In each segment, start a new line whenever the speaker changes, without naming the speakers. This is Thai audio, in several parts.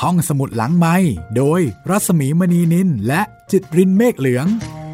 ห้องสมุดหลังไมค์โดยรัศมีมณีนินและจิตรินเมฆเหลือง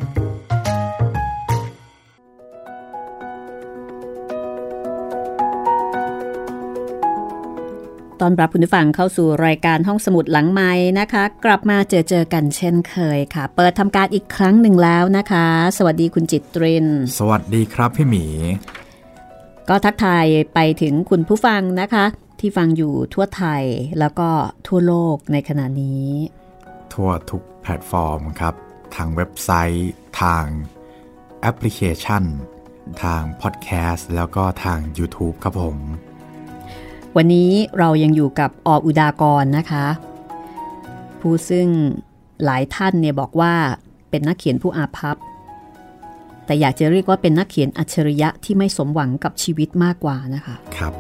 ตอนรับคุณผู้ฟังเข้าสู่รายการห้องสมุดหลังไมค์นะคะกลับมาเจอกันเช่นเคยค่ะเปิดทำการอีกครั้งหนึ่งแล้วนะคะสวัสดีคุณจิตริน
สวัสดีครับพี่หมี
ก็ทักทายไปถึงคุณผู้ฟังนะคะที่ฟังอยู่ทั่วไทยแล้วก็ทั่วโลกในขณะนี้
ทั่วทุกแพลตฟอร์มครับทางเว็บไซต์ทางแอปพลิเคชันทางพอดแคสต์แล้วก็ทาง YouTube ครับผม
วันนี้เรายังอยู่กับอ.อุดากรนะคะผู้ซึ่งหลายท่านเนี่ยบอกว่าเป็นนักเขียนผู้อาภัพแต่อยากจะเรียกว่าเป็นนักเขียนอัจฉริยะที่ไม่สมหวังกับชีวิตมากกว่านะคะ
ครับ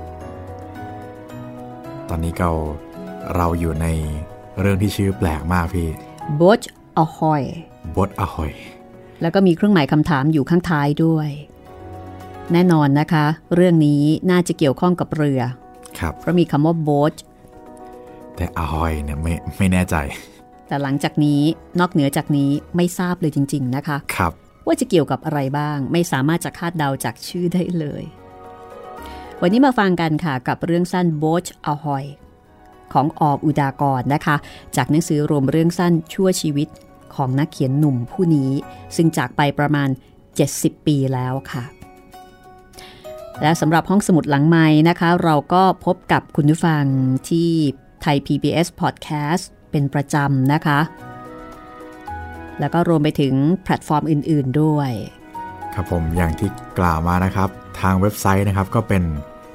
ตอนนี้เราอยู่ในเรื่องที่ชื่อแปลกมากพี่
Boat Ahoy
Boat Ahoy
แล้วก็มีเครื่องหมายคำถามอยู่ข้างท้ายด้วยแน่นอนนะคะเรื่องนี้น่าจะเกี่ยวข้องกับเรือเพราะมีคำว่า boat
แต่ ahoy เนี่ยไม่แน่ใจ
แต่หลังจากนี้นอกเหนือจากนี้ไม่ทราบเลยจริงๆนะคะ
ครับ
ว่าจะเกี่ยวกับอะไรบ้างไม่สามารถจะคาดเดาจากชื่อได้เลยวันนี้มาฟังกันค่ะกับเรื่องสั้น boat ahoy ของอ.อุดากรนะคะจากหนังสือรวมเรื่องสั้นชั่วชีวิตของนักเขียนหนุ่มผู้นี้ซึ่งจากไปประมาณ70ปีแล้วค่ะและสำหรับห้องสมุดหลังไมค์นะคะเราก็พบกับคุณผู้ฟังที่ไทย PBS Podcast เป็นประจำนะคะแล้วก็รวมไปถึงแพลตฟอร์มอื่นๆด้วย
ครับผมอย่างที่กล่าวมานะครับทางเว็บไซต์นะครับก็เป็น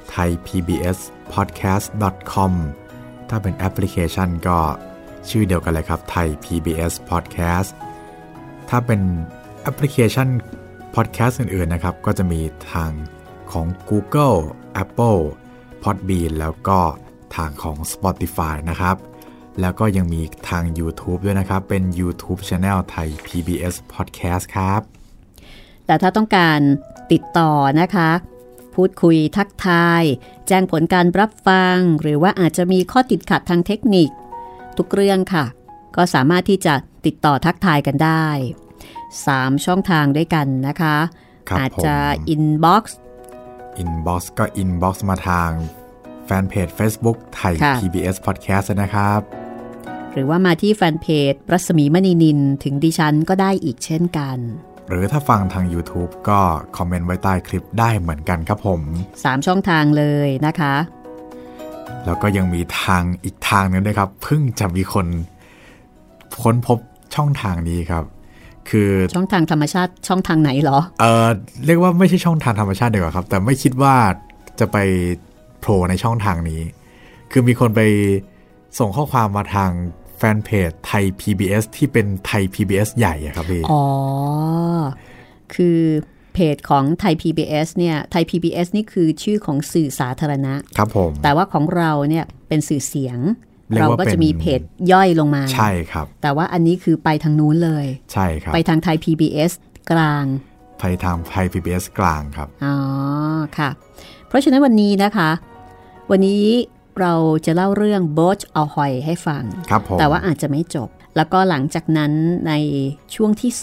thaipbspodcast.com ถ้าเป็นแอปพลิเคชันก็ชื่อเดียวกันเลยครับ Thai PBS Podcast ถ้าเป็นแอปพลิเคชัน Podcast อื่นๆนะครับก็จะมีทางของ Google, Apple, Podbean แล้วก็ทางของ Spotify นะครับแล้วก็ยังมีทาง YouTube ด้วยนะครับเป็น YouTube Channel ไทย PBS Podcast ครับ
แต่ถ้าต้องการติดต่อนะคะพูดคุยทักทายแจ้งผลการรับฟังหรือว่าอาจจะมีข้อติดขัดทางเทคนิคทุกเรื่องค่ะก็สามารถที่จะติดต่อทักทายกันได้3ช่องทางด้วยกันนะคะอาจจะ inbox
ก็ inbox มาทางแฟนเพจ Facebook ไทย PBS Podcast นะครับ
หรือว่ามาที่แฟนเพจรัศมีมณีนินถึงดิฉันก็ได้อีกเช่นกัน
หรือถ้าฟังทาง YouTube ก็คอมเมนต์ไว้ใต้คลิปได้เหมือนกันครับผม
3ช่องทางเลยนะคะ
แล้วก็ยังมีทางอีกทางนึงด้วยครับเพิ่งจะมีคนค้นพบช่องทางนี้ครับคือ
ช่องทางธรรมชาติช่องทางไหนเหรอ
เรียกว่าไม่ใช่ช่องทางธรรมชาติดีกว่าครับแต่ไม่คิดว่าจะไปโผล่ในช่องทางนี้คือมีคนไปส่งข้อความมาทางแฟนเพจไทย PBS ที่เป็นไทย PBS ใหญ่อะครับพี่
อ๋อคือเพจของไทย PBS เนี่ยไทย PBS นี่คือชื่อของสื่อสาธารณะ
ครับผม
แต่ว่าของเราเนี่ยเป็นสื่อเสียงเราก็จะมีเพจย่อยลงมา
ใช่ครับ
แต่ว่าอันนี้คือไปทางนู้นเลย
ใช่ครับ
ไปทางไทย PBS กลาง
ไปทางไทย PBS กลางครับ
อ๋อค่ะเพราะฉะนั้นวันนี้นะคะวันนี้เราจะเล่าเรื่อง Boat Ahoy ให้ฟังแต่ว่าอาจจะไม่จบแล้วก็หลังจากนั้นในช่วงที่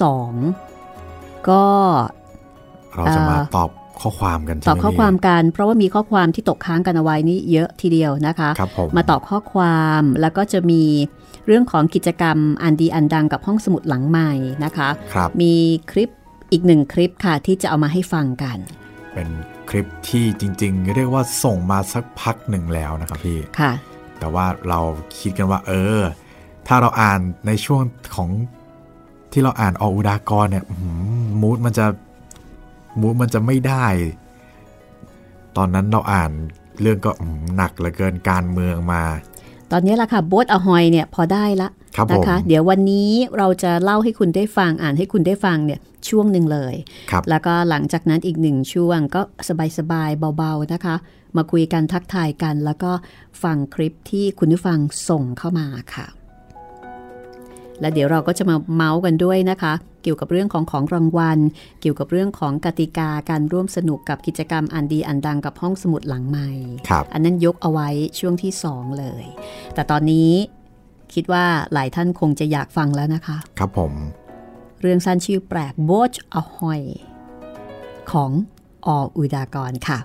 2ก็
เราจะมาตอบข้อความกัน
ตอบข้อความกันเพราะว่ามีข้อความที่ตกค้างกันเอาไว้นี่เยอะทีเดียวนะคะมาตอบข้อความแล้วก็จะมีเรื่องของกิจกรรมอันดีอันดังกับห้องสมุดหลังใหม่นะคะมีคลิปอีก1คลิปค่ะที่จะเอามาให้ฟังกัน
เป็นคลิปที่จริงๆเรียกว่าส่งมาสักพักหนึ่งแล้วนะครับพี่
ค่ะ
แต่ว่าเราคิดกันว่าถ้าเราอ่านในช่วงของที่เราอ่านอ.อุดากรเนี่ยมูดมันจะไม่ได้ตอนนั้นเราอ่านเรื่องก็หนักเหลือเกินการเมืองมา
ตอนนี้ล่ะค่ะโบ๊ทอฮอยเนี่ยพอได้ละนะคะเดี๋ยววันนี้เราจะเล่าให้คุณได้ฟังอ่านให้คุณได้ฟังเนี่ยช่วงหนึ่งเลยแล้วก็หลังจากนั้นอีก1ช่วงก็สบายๆเบาๆนะคะมาคุยกันทักทายกันแล้วก็ฟังคลิปที่คุณผู้ฟังส่งเข้ามาค่ะและเดี๋ยวเราก็จะมาเมาส์กันด้วยนะคะเกี่ยวกับเรื่องของรางวัลเกี่ยวกับเรื่องของกติกาการร่วมสนุกกับกิจกรรมอันดีอันดังกับห้องสมุดหลังใหม่อันนั้นยกเอาไว้ช่วงที่2เลยแต่ตอนนี้คิดว่าหลายท่านคงจะอยากฟังแล้วนะคะ
ครับผม
เรื่องสั้นชื่อแปลก Boat Ahoy ของอ.อุดากรค่ะ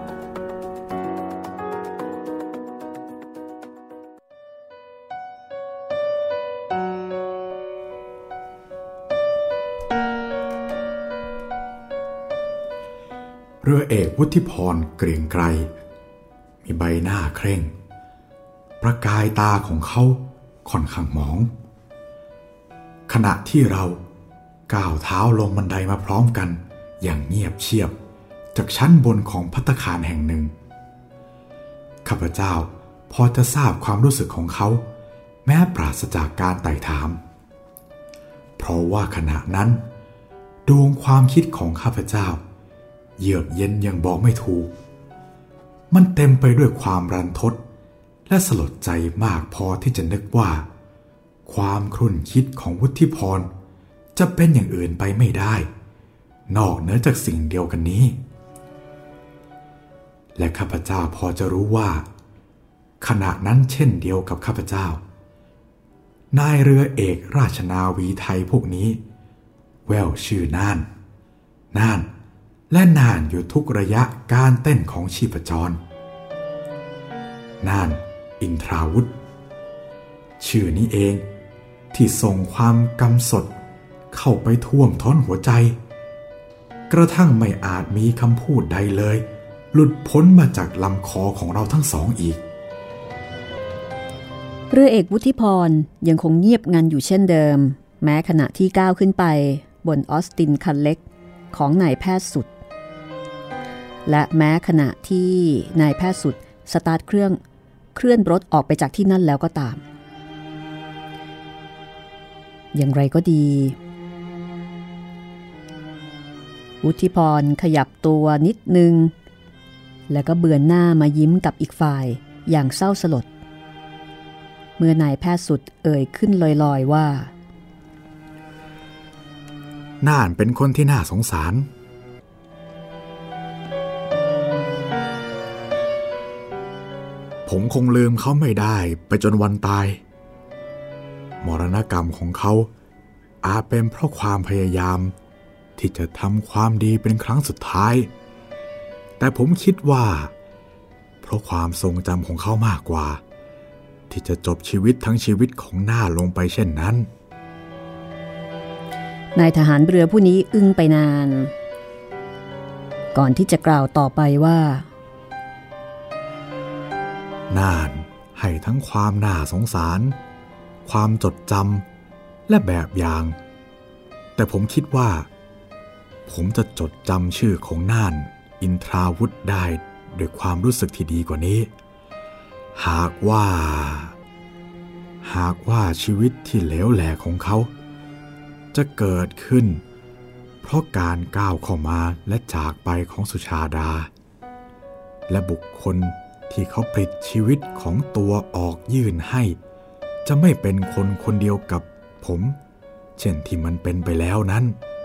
เรือเอกวุฒิพรเกรียงไกรมีใบหน้าเคร่งประกายตาของเขาค่อนข้างหมองขณะที่เราก้าวเท้าลงบันไดมาพร้อมกันอย่างเงียบเชียบจากชั้นบนของภัตตาคารแห่งหนึ่งข้าพเจ้าพอจะทราบความรู้สึกของเขาแม้ปราศจากการไต่ถามเพราะว่าขณะนั้นดวงความคิดของข้าพเจ้าเยือกเย็นอย่างบอกไม่ถูกมันเต็มไปด้วยความรันทดและสลดใจมากพอที่จะนึกว่าความครุ่นคิดของวุฒิพรจะเป็นอย่างอื่นไปไม่ได้นอกเหนือจากสิ่งเดียวกันนี้และข้าพเจ้าพอจะรู้ว่าขณะนั้นเช่นเดียวกับข้าพเจ้านายเรือเอกราชนาวีไทยพวกนี้แววชื่อน่านและน่านอยู่ทุกระยะการเต้นของชีพจรน่านอินทราวุธชื่อนี้เองที่ส่งความกำสดเข้าไปท่วมท้นหัวใจกระทั่งไม่อาจมีคำพูดใดเลยหลุดพ้นมาจากลำคอของเราทั้งสองอีก
เรือเอกวุฒิพรยังคงเงียบงันอยู่เช่นเดิมแม้ขณะที่ก้าวขึ้นไปบนออสตินคันเล็กของนายแพทย์สุดและแม้ขณะที่นายแพทย์สุดสตาร์ทเคลื่อนรถออกไปจากที่นั่นแล้วก็ตามอย่างไรก็ดีวุฒิพรขยับตัวนิดนึงแล้วก็เบือนหน้ามายิ้มกับอีกฝ่ายอย่างเศร้าสลดเมื่อนายแพทย์สุดเอ่ยขึ้นลอยๆว่า
น่านเป็นคนที่น่าสงสารผมคงลืมเขาไม่ได้ไปจนวันตายมรณกรรมของเขาอาจเป็นเพราะความพยายามที่จะทำความดีเป็นครั้งสุดท้ายแต่ผมคิดว่าเพราะความทรงจำของเขามากกว่าที่จะจบชีวิตทั้งชีวิตของน่านลงไปเช่นนั้น
นายทหารเรือผู้นี้อึ้งไปนานก่อนที่จะกล่าวต่อไปว่า
น่านให้ทั้งความน่าสงสารความจดจำและแบบอย่างแต่ผมคิดว่าผมจะจดจำชื่อของน่านอินทราวุธได้ด้วยความรู้สึกที่ดีกว่านี้หากว่าชีวิตที่เหลวแหลกของเขาจะเกิดขึ้นเพราะการก้าวเข้ามาและจากไปของสุชาดาและบุคคลที่เขาปลิดชีวิตของตัวออกยื่นให้จะไม่เป็นคนคนเดียวกับผมเช่นที่มันเป็นไปแล้วนั้น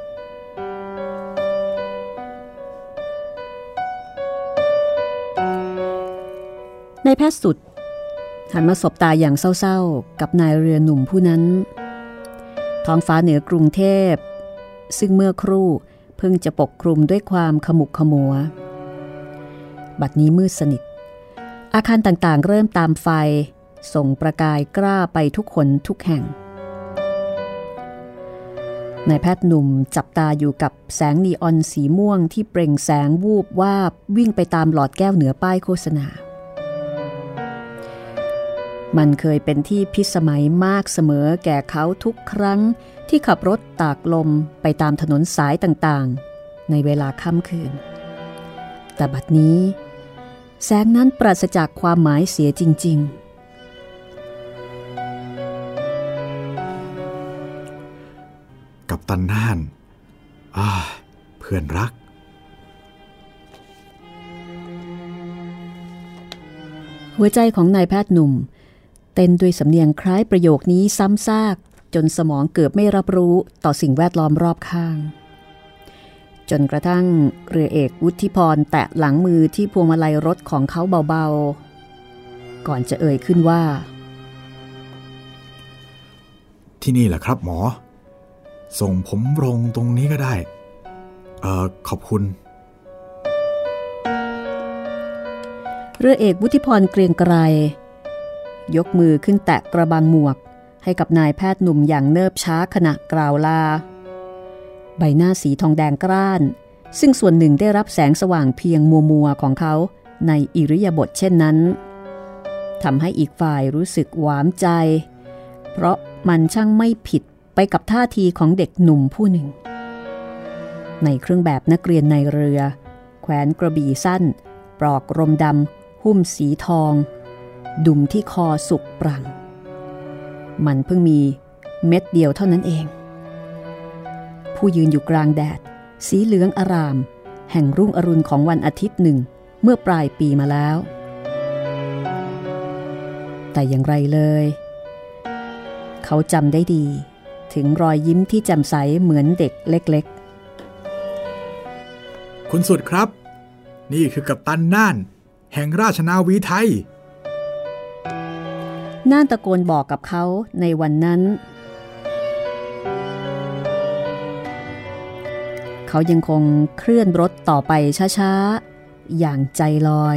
นายแพทย์สุดหันมาสบตาอย่างเศร้าๆกับนายเรือหนุ่มผู้นั้นท้องฟ้าเหนือกรุงเทพซึ่งเมื่อครู่เพิ่งจะปกคลุมด้วยความขมุกขมัวบัดนี้มืดสนิทอาคารต่างๆเริ่มตามไฟส่งประกายกล้าไปทุกคนทุกแห่งนายแพทย์หนุ่มจับตาอยู่กับแสงนีออนสีม่วงที่เปล่งแสงวูบวาบวิ่งไปตามหลอดแก้วเหนือป้ายโฆษณามันเคยเป็นที่พิสมัยมากเสมอแก่เขาทุกครั้งที่ขับรถตากลมไปตามถนนสายต่างๆในเวลาค่ำคืนแต่บัดนี้แสงนั้นปราศจากความหมายเสียจริง
ๆกัปตันน่านเพื่อนรัก
หัวใจของนายแพทย์หนุ่มเต้นด้วยสำเนียงคล้ายประโยคนี้ซ้ำซากจนสมองเกือบไม่รับรู้ต่อสิ่งแวดล้อมรอบข้างจนกระทั่งเรือเอกวุฒิพรแตะหลังมือที่พวงมาลัยรถของเขาเบาๆก่อนจะเอ่ยขึ้นว่า
ที่นี่แหละครับหมอส่งผมลงตรงนี้ก็ได้ขอบคุณ
เรือเอกวุฒิพรเกรียงไกรยกมือขึ้นแตะกระบังหมวกให้กับนายแพทย์หนุ่มอย่างเนิบช้าขณะกล่าวลาใบหน้าสีทองแดงกร้านซึ่งส่วนหนึ่งได้รับแสงสว่างเพียงมัวๆของเขาในอิริยาบถเช่นนั้นทำให้อีกฝ่ายรู้สึกหวามใจเพราะมันช่างไม่ผิดไปกับท่าทีของเด็กหนุ่มผู้หนึ่งในเครื่องแบบนักเรียนในเรือแขวนกระบี่สั้นปลอกรมดำหุ้มสีทองดุมที่คอสุกปรังมันเพิ่งมีเม็ดเดียวเท่านั้นเองผู้ยืนอยู่กลางแดดสีเหลืองอารามแห่งรุ่งอรุณของวันอาทิตย์หนึ่งเมื่อปลายปีมาแล้วแต่อย่างไรเลยเขาจำได้ดีถึงรอยยิ้มที่แจ่มใสเหมือนเด็กเล็ก
ๆคุณสุดครับนี่คือกัปตันน่านแห่งราชนาวีไทย
น่านตะโกนบอกกับเขาในวันนั้นเขายังคงเคลื่อนรถต่อไปช้าๆอย่างใจลอย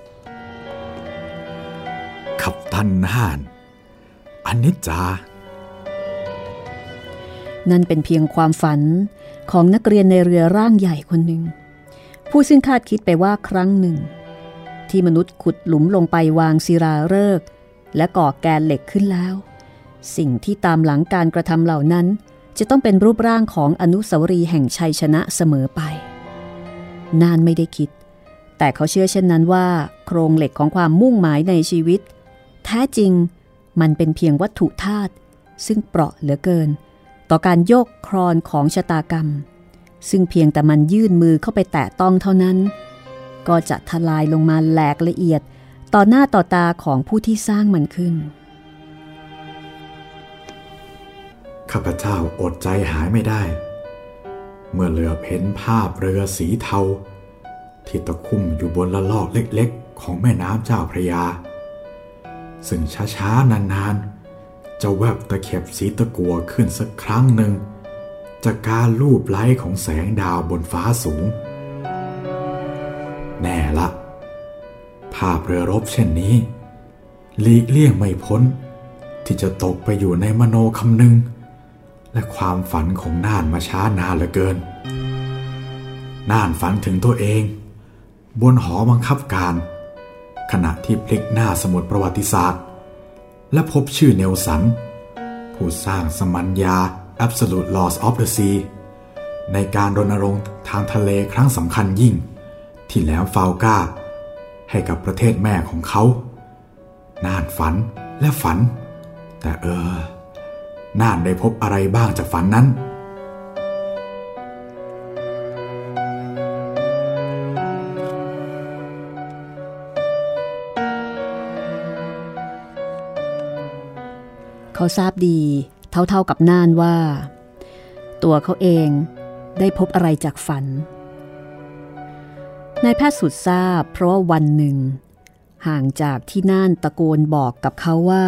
กัปตันน่านอนิจจา
นั่นเป็นเพียงความฝันของนักเรียนในเรือร่างใหญ่คนหนึ่งผู้ซึ่งคาดคิดไปว่าครั้งหนึ่งที่มนุษย์ขุดหลุมลงไปวางศิลาฤกษ์และก่อแกนเหล็กขึ้นแล้วสิ่งที่ตามหลังการกระทำเหล่านั้นจะต้องเป็นรูปร่างของอนุสาวรีย์แห่งชัยชนะเสมอไปน่านไม่ได้คิดแต่เขาเชื่อเช่นนั้นว่าโครงเหล็กของความมุ่งหมายในชีวิตแท้จริงมันเป็นเพียงวัตถุธาตุซึ่งเปราะเหลือเกินต่อการโยกคลอนของชะตากรรมซึ่งเพียงแต่มันยื่นมือเข้าไปแตะต้องเท่านั้นก็จะทลายลงมาแหลกละเอียดต่อหน้าต่อตาของผู้ที่สร้างมันขึ้น
ข้าพเจ้าอดใจหายไม่ได้เมื่อเหลือบเห็นภาพเรือสีเทาที่ตะคุ่มอยู่บนละลอกเล็กๆของแม่น้ำเจ้าพระยาซึ่งช้าๆนานๆจะแวบตะเข็บสีตะกั่วขึ้นสักครั้งหนึ่งจากการลูบไล้ของแสงดาวบนฟ้าสูงแน่ละภาพเรือรบเช่นนี้หลีกเลี่ยงไม่พ้นที่จะตกไปอยู่ในมโนคำนึงและความฝันของน่านมาช้านานเหลือเกินน่านฝันถึงตัวเองบนหอบังคับการขณะที่พลิกหน้าสมุดประวัติศาสตร์และพบชื่อเนลสันผู้สร้างสมัญญา Absolute Laws of the Sea ในการรณรงค์ทางทะเลครั้งสำคัญยิ่งที่แหลมฟาลกาให้กับประเทศแม่ของเขาน่านฝันและฝันแต่น่านได้พบอะไรบ้างจากฝันนั้น
เขาทราบดีเท่าๆกับน่านว่าตัวเขาเองได้พบอะไรจากฝันนายแพทย์สุดทราบเพราะว่าวันหนึ่งห่างจากที่น่านตะโกนบอกกับเขาว่า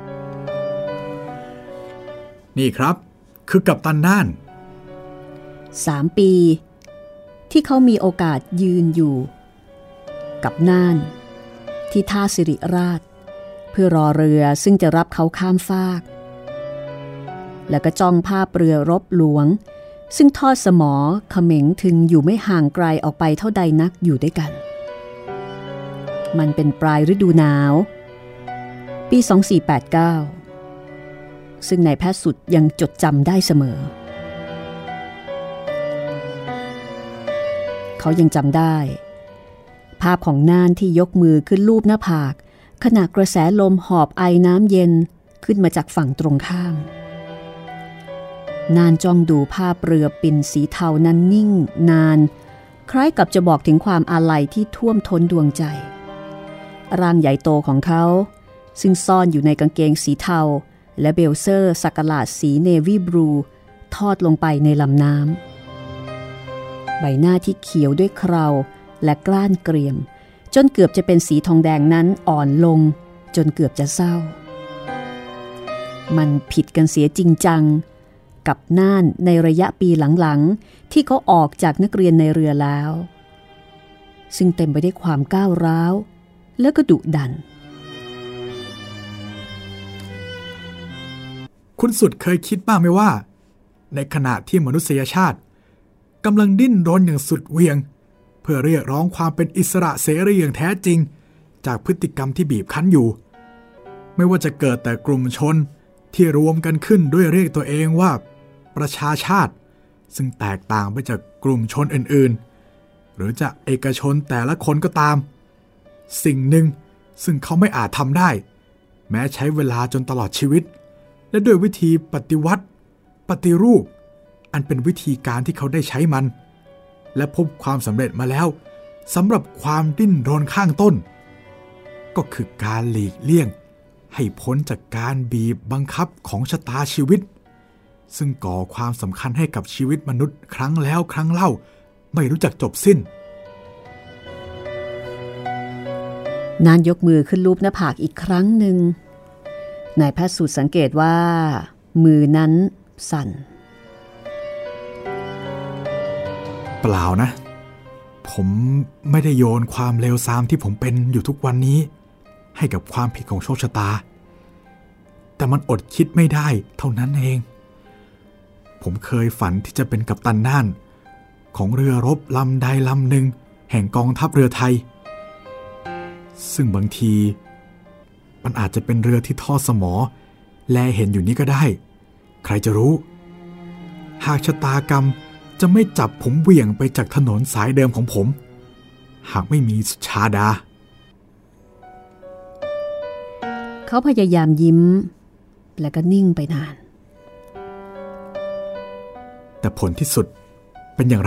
นี่ครับคือกัปตันน่าน
3 ปีที่เขามีโอกาสยืนอยู่กับน่านที่ท่าสิริราชเพื่อรอเรือซึ่งจะรับเขาข้ามฟากแล้วก็จ้องภาพเรือรบหลวงซึ่งทอดสมอเขม็งถึงอยู่ไม่ห่างไกลออกไปเท่าใดนักอยู่ด้วยกันมันเป็นปลายฤดูหนาวปี 2489ซึ่งนายแพทย์สุดยังจดจำได้เสมอเขายังจำได้ภาพของน่านที่ยกมือขึ้นลูบหน้าผากขณะกระแสลมหอบไอน้ำเย็นขึ้นมาจากฝั่งตรงข้ามน่านจ้องดูภาพเรือปิ่นสีเทานั้นนิ่งนานคล้ายกับจะบอกถึงความอาลัยที่ท่วมท้นดวงใจร่างใหญ่โตของเขาซึ่งซ่อนอยู่ในกางเกงสีเทาและเบลเซอร์สักหลาดสีเนวี่บลูทอดลงไปในลำน้ำใบหน้าที่เขียวด้วยเคราและกล้านเกรียมจนเกือบจะเป็นสีทองแดงนั้นอ่อนลงจนเกือบจะเศร้ามันผิดกันเสียจริงจังกับน่านในระยะปีหลังๆที่เขาออกจากนักเรียนในเรือแล้วซึ่งเต็มไปด้วยความก้าวร้าวและก็ดุดัน
คุณสุดเคยคิดบ้างไหมว่าในขณะที่มนุษยชาติกำลังดิ้นรนอย่างสุดเหวี่ยงเพื่อเรียกร้องความเป็นอิสระเสรีอย่างแท้จริงจากพฤติกรรมที่บีบคั้นอยู่ไม่ว่าจะเกิดแต่กลุ่มชนที่รวมกันขึ้นด้วยเรียกตัวเองว่าประชาชาติซึ่งแตกต่างไปจากกลุ่มชนอื่นๆหรือจะเอกชนแต่ละคนก็ตามสิ่งหนึ่งซึ่งเขาไม่อาจทำได้แม้ใช้เวลาจนตลอดชีวิตและด้วยวิธีปฏิวัติปฏิรูปอันเป็นวิธีการที่เขาได้ใช้มันและพบความสำเร็จมาแล้วสำหรับความดิ้นรนข้างต้นก็คือการหลีกเลี่ยงให้พ้นจากการบีบบังคับของชะตาชีวิตซึ่งก่อความสำคัญให้กับชีวิตมนุษย์ครั้งแล้วครั้งเล่าไม่รู้จักจบสิ้น
นานยกมือขึ้นลูบหน้าผากอีกครั้งหนึ่งนายแพทย์สูตรสังเกตว่ามือนั้นสั่น
เปล่านะผมไม่ได้โยนความเลวทรามที่ผมเป็นอยู่ทุกวันนี้ให้กับความผิดของโชคชะตาแต่มันอดคิดไม่ได้เท่านั้นเองผมเคยฝันที่จะเป็นกัปตันน่านของเรือรบลำใดลำหนึ่งแห่งกองทัพเรือไทยซึ่งบางทีมันอาจจะเป็นเรือที่ทอดสมอแลเห็นอยู่นี้ก็ได้ใครจะรู้หากชะตากรรมจะไม่จับผมเหวี่ยงไปจากถนนสายเดิมของผมหากไม่มีสุชาดา
เขาพยายามยิ้มแล้วก็นิ่งไปนาน
แต่ผลที่สุดเป็นอย่างไร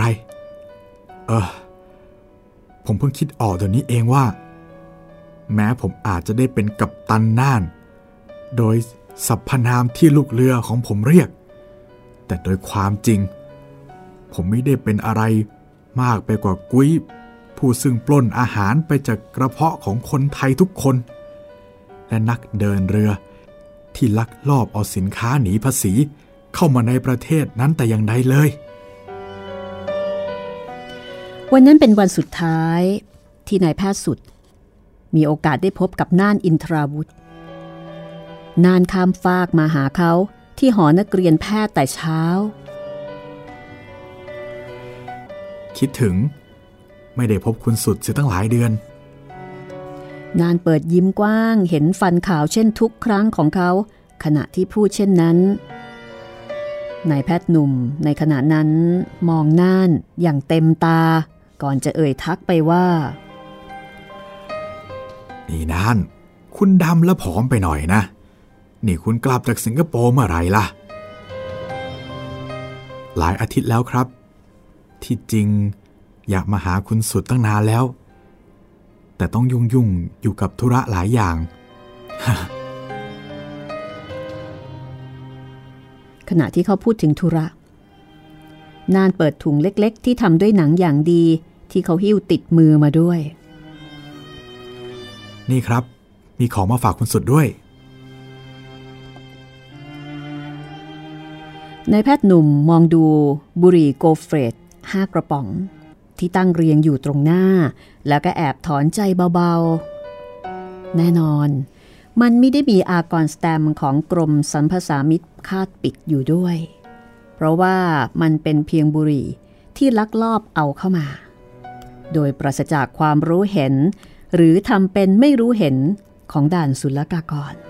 ผมเพิ่งคิดออกเดี๋ยวนี้เองว่าแม้ผมอาจจะได้เป็นกัปตันน่านโดยสรรพนามที่ลูกเรือของผมเรียกแต่โดยความจริงผมไม่ได้เป็นอะไรมากไปกว่ากุ้ยผู้ซึ่งปล้นอาหารไปจากกระเพาะของคนไทยทุกคนและนักเดินเรือที่ลักลอบเอาสินค้าหนีภาษีเข้ามาในประเทศนั้นแต่อย่างใดเลย
วันนั้นเป็นวันสุดท้ายที่นายแพทย์สุดมีโอกาสได้พบกับน่านอินทราวุธน่านข้ามฟากมาหาเขาที่หอนักเรียนแพทย์แต่เช้า
คิดถึงไม่ได้พบคุณสุดเสียตั้งหลายเดือน
น่านเปิดยิ้มกว้างเห็นฟันขาวเช่นทุกครั้งของเขาขณะที่พูดเช่นนั้นนายแพทย์หนุ่มในขณะนั้นมองน่านอย่างเต็มตาก่อนจะเอ่ยทักไปว่า
นี่น่านคุณดำและผอมไปหน่อยนะนี่คุณกลับจากสิงคโปร์เมื่อไหร่ล่ะหลายอาทิตย์แล้วครับที่จริงอยากมาหาคุณสุดตั้งนานแล้วแต่ต้องยุ่งอยู่กับธุระหลายอย่าง
ขณะที่เขาพูดถึงธุระน่านเปิดถุงเล็กๆที่ทำด้วยหนังอย่างดีที่เขาหิ้วติดมือมาด้วย
นี่ครับมีของมาฝากคุณสุดด้วย
นายแพทย์หนุ่มมองดูบุหรี่โกเฟรด5 กระป๋องที่ตั้งเรียงอยู่ตรงหน้าแล้วก็แอบถอนใจเบาๆแน่นอนมันไม่ได้มีอากรสแตมป์ของกรมสรรพสามิตคาดปิดอยู่ด้วยเพราะว่ามันเป็นเพียงบุหรี่ที่ลักลอบเอาเข้ามาโดยปราศจากความรู้เห็นหรือทำเป็นไม่รู้เห็นของด่านศุลกากร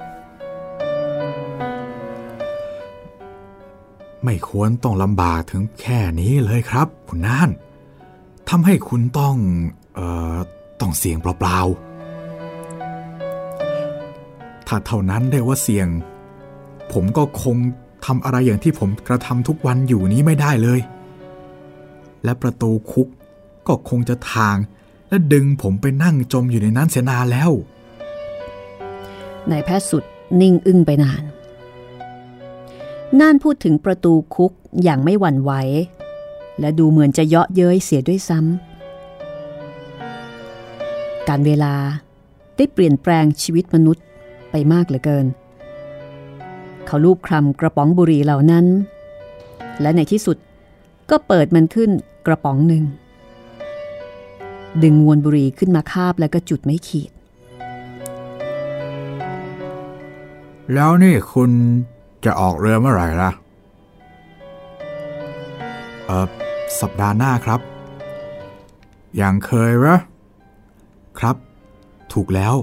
ไม่ควรต้องลำบากถึงแค่นี้เลยครับคุณน่านทำให้คุณต้องเสี่ยงเปล่าๆถ้าเท่านั้นได้ว่าเสี่ยงผมก็คงทำอะไรอย่างที่ผมกระทำทุกวันอยู่นี้ไม่ได้เลยและประตูคุกก็คงจะทางและดึงผมไปนั่งจมอยู่ในนั้นเสียนานแล้ว
นายแพทย์สุดนิ่งอึ้งไปนานน่านพูดถึงประตูคุกอย่างไม่หวั่นไหวและดูเหมือนจะเยาะเย้ยเสียด้วยซ้ำการเวลาได้เปลี่ยนแปลงชีวิตมนุษย์ไปมากเหลือเกินเขาลูบคลำกระป๋องบุหรี่เหล่านั้นและในที่สุดก็เปิดมันขึ้นกระป๋องหนึ่งดึงมวนบุหรี่ขึ้นมาคาบแล้วก็จุดไม่ขีด
แล้วนี่คุณจะออกเรือเมื่อไหร่ล่ะสัปดาห์หน้าครับอย่างเคยเหรอครับถูกแล้ว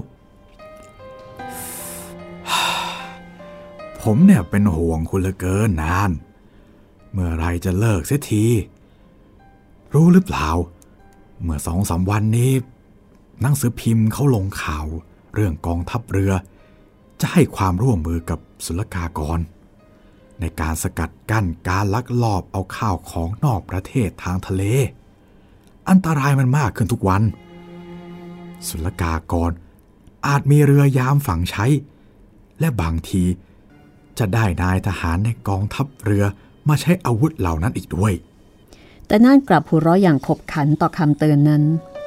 ผมเนี่ยเป็นห่วงคุณเหลือเกินนานเมื่อไรจะเลิกเสียทีรู้หรือเปล่าเมื่อ 2-3 วันนี้หนังสือพิมพ์เขาลงข่าวเรื่องกองทัพเรือจะให้ความร่วมมือกับศุลกากรในการสกัดกั้นการลักลอบเอาข้าวของนอกประเทศทางทะเลอันตรายมันมากขึ้นทุกวันศุลกากรอาจมีเรือยามฝั่งใช้และบางทีจะได้นายทหารในกองทัพเรือมาใช้อาวุธเหล่านั้นอีกด้วย
แต่น่านกลับหัวเราะอย่างขบขันต่อคำเตือนนั้น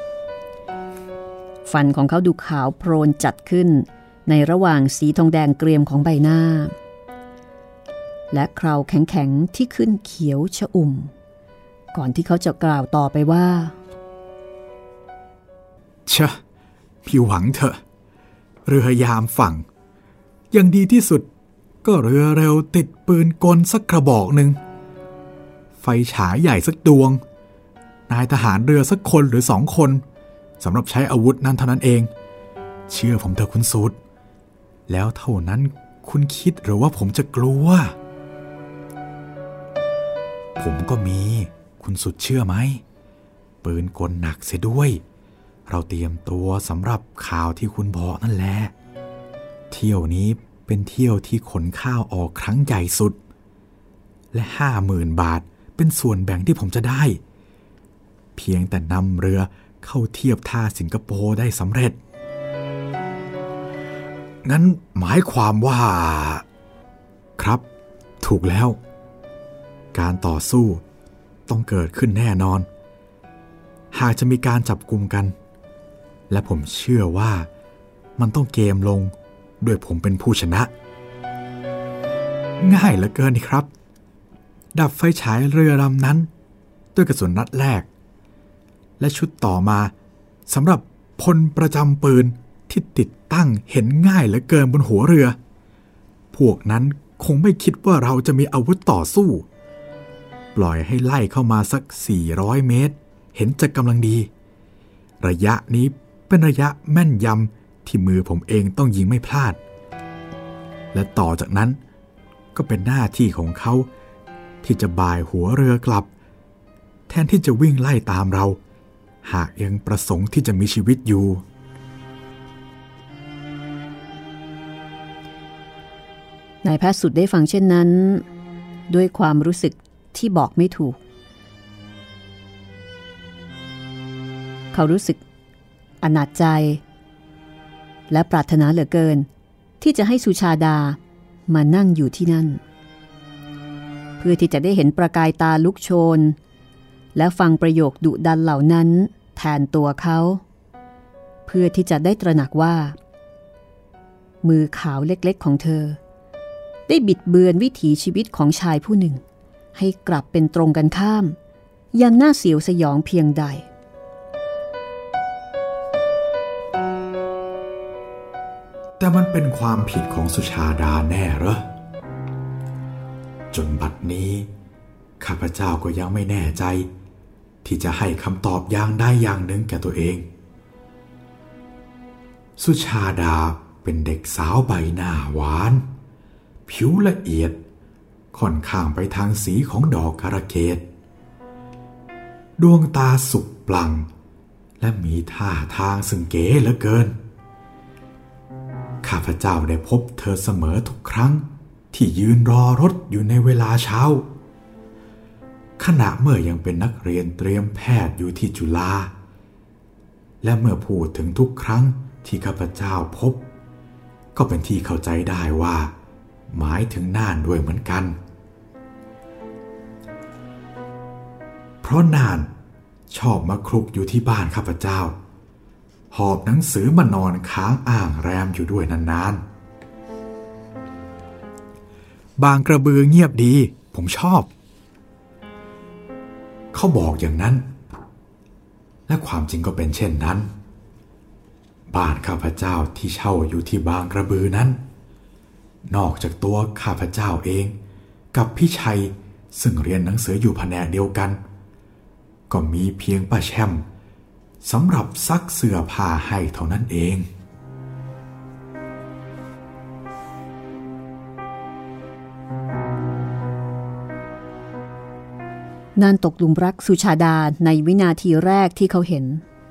ฟันของเขาดูขาวโพลนจัดขึ้นในระหว่างสีทองแดงเกรียมของใบหน้าและเคราแข็งๆที่ขึ้นเขียวชอุ่มก่อนที่เขาจะกล่าวต่อไปว่า
พี่หวังเถอะเรือยามฝั่งยังดีที่สุดก็เรือเร็วติดปืนกลสักกระบอกหนึ่งไฟฉายใหญ่สักดวงนายทหารเรือสักคนหรือ2 คนสำหรับใช้อาวุธนั้นเท่านั้นเองเชื่อผมเถอะคุณสุดแล้วเท่านั้นคุณคิดหรือว่าผมจะกลัวผมก็มีคุณสุดเชื่อไหมปืนกลหนักเสียด้วยเราเตรียมตัวสำหรับข่าวที่คุณบอกนั่นแหละเที่ยวนี้เป็นเที่ยวที่ขนข้าวออกครั้งใหญ่สุดและ 50,000 บาทเป็นส่วนแบ่งที่ผมจะได้เพียงแต่นำเรือเข้าเทียบท่าสิงคโปร์ได้สำเร็จงั้นหมายความว่าครับถูกแล้วการต่อสู้ต้องเกิดขึ้นแน่นอนหากจะมีการจับกุมกันและผมเชื่อว่ามันต้องเกมลงด้วยผมเป็นผู้ชนะง่ายเหลือเกินนี่ครับดับไฟฉายเรือลำนั้นด้วยกระสุนนัดแรกและชุดต่อมาสำหรับพลประจำปืนที่ติดตั้งเห็นง่ายเหลือเกินบนหัวเรือพวกนั้นคงไม่คิดว่าเราจะมีอาวุธต่อสู้ปล่อยให้ไล่เข้ามาสัก400 เมตรเห็นจะกำลังดีระยะนี้เป็นระยะแม่นยำที่มือผมเองต้องยิงไม่พลาดและต่อจากนั้นก็เป็นหน้าที่ของเขาที่จะบ่ายหัวเรือกลับแทนที่จะวิ่งไล่ตามเราหากยังประสงค์ที่จะมีชีวิตอยู่
นายแพทย์สุดได้ฟังเช่นนั้นด้วยความรู้สึกที่บอกไม่ถูกเขารู้สึกอนาจใจและปรารถนาเหลือเกินที่จะให้สุชาดามานั่งอยู่ที่นั่นเพื่อที่จะได้เห็นประกายตาลุกโชนและฟังประโยคดุดันเหล่านั้นแทนตัวเขาเพื่อที่จะได้ตระหนักว่ามือขาวเล็กๆของเธอได้บิดเบือนวิถีชีวิตของชายผู้หนึ่งให้กลับเป็นตรงกันข้ามอย่างน่าเสียวสยองเพียงใด
แต่มันเป็นความผิดของสุชาดาแน่เหรอจนบัดนี้ข้าพเจ้าก็ยังไม่แน่ใจที่จะให้คำตอบอย่างใดอย่างหนึ่งแก่ตัวเองสุชาดาเป็นเด็กสาวใบหน้าหวานผิวละเอียดค่อนข้างไปทางสีของดอกกระเกดดวงตาสุกปลั่งและมีท่าทางซึ่งเก๋เหลือเกินข้าพเจ้าได้พบเธอเสมอทุกครั้งที่ยืนรอรถอยู่ในเวลาเช้าขณะเมื่อยังเป็นนักเรียนเตรียมแพทย์อยู่ที่จุฬาและเมื่อพูดถึงทุกครั้งที่ข้าพเจ้าพบก็เป็นที่เข้าใจได้ว่าหมายถึงน่านด้วยเหมือนกันเพราะน่านชอบมาคลุกอยู่ที่บ้านข้าพเจ้าหอบหนังสือมานอนค้างอ่างแรมอยู่ด้วยนานบางกระบือเงียบดีผมชอบเขาบอกอย่างนั้นและความจริงก็เป็นเช่นนั้นบ้านข้าพเจ้าที่เช่าอยู่ที่บางกระบือนั้นนอกจากตัวข้าพเจ้าเองกับพี่ชัยซึ่งเรียนหนังสืออยู่แผนกเดียวกันก็มีเพียงป้าแช่มสำหรับซักเสื้อผ้าให้เท่านั้นเอง
นานตกหลุมรักสุชาดาในวินาทีแรกที่เขาเห็น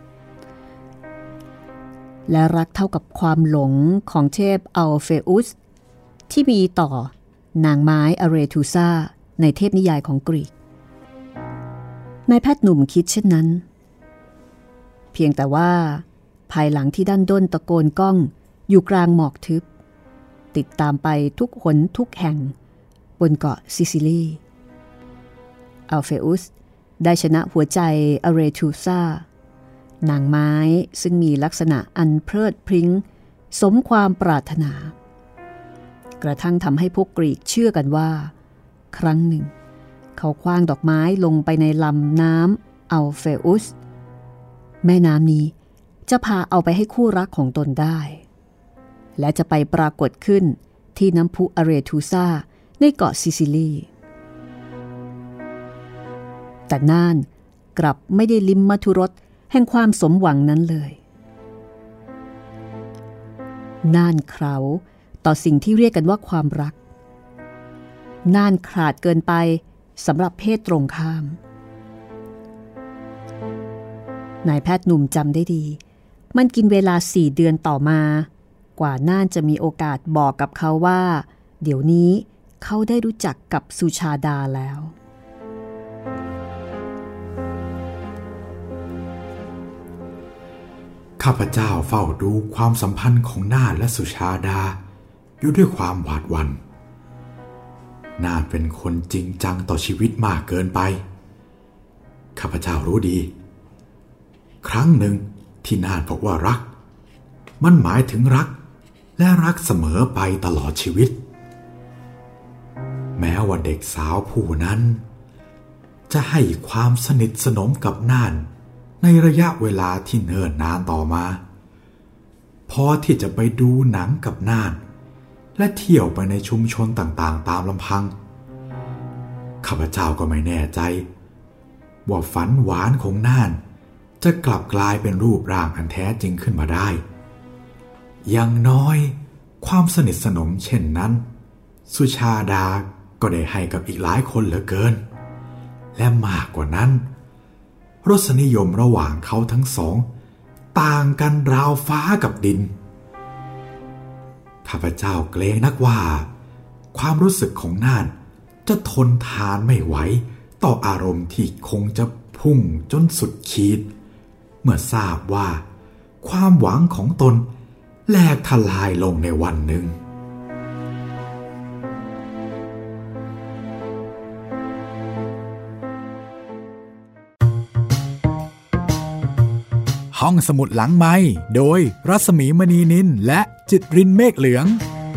และรักเท่ากับความหลงของเทพอัลเฟอุสที่มีต่อนางไม้อเรทูซาในเทพนิยายของกรีกนายแพทย์หนุ่มคิดเช่นนั้นเพียงแต่ว่าภายหลังที่ด้านด้นตะโกนก้องอยู่กลางหมอกทึบติดตามไปทุกหนทุกแห่งบนเกาะซิซิลีอัลเฟอุสได้ชนะหัวใจอเรทูซานางไม้ซึ่งมีลักษณะอันเพลิดพริ้งสมความปรารถนากระทั่งทำให้พวกกรีกเชื่อกันว่าครั้งหนึ่งเขาคว้างดอกไม้ลงไปในลำน้ำอัลเฟอุสแม่น้ำนี้จะพาเอาไปให้คู่รักของตนได้และจะไปปรากฏขึ้นที่น้ำพุอเรทูซาในเกาะซิซิลีแต่น่านกลับไม่ได้ลิ้มมัธุรสแห่งความสมหวังนั้นเลยน่านเคราต่อสิ่งที่เรียกกันว่าความรักน่านขาดเกินไปสำหรับเพศตรงข้ามนายแพทย์หนุ่มจำได้ดีมันกินเวลา4 เดือนต่อมากว่าน่านจะมีโอกาสบอกกับเขาว่าเดี๋ยวนี้เขาได้รู้จักกับสุชาดาแล้ว
ข้าพเจ้าเฝ้าดูความสัมพันธ์ของน่านและสุชาดาอยู่ด้วยความหวาดหวั่นน่านเป็นคนจริงจังต่อชีวิตมากเกินไปข้าพเจ้ารู้ดีครั้งหนึ่งที่น่านบอกว่ารักมันหมายถึงรักและรักเสมอไปตลอดชีวิตแม้ว่าเด็กสาวผู้นั้นจะให้ความสนิทสนมกับน่านในระยะเวลาที่เนิ่นนานต่อมาพอที่จะไปดูหนังกับน่านและเที่ยวไปในชุมชนต่างๆตามลำพังข้าพเจ้าก็ไม่แน่ใจว่าฝันหวานของน่านจะกลับกลายเป็นรูปร่างอันแท้จริงขึ้นมาได้อย่างน้อยความสนิทสนมเช่นนั้นสุชาดาก็ได้ให้กับอีกหลายคนเหลือเกินและมากกว่านั้นรสนิยมระหว่างเขาทั้งสองต่างกันราวฟ้ากับดินข้าพเจ้าเกรงนักว่าความรู้สึกของน่านจะทนทานไม่ไหวต่ออารมณ์ที่คงจะพุ่งจนสุดขีดเมื่อทราบว่าความหวังของตนแหลกทลายลงในวันหนึ่งห้องสมุดหลังไมค์โดยรัศมีมณีนินและจิตรินเมฆเหลือง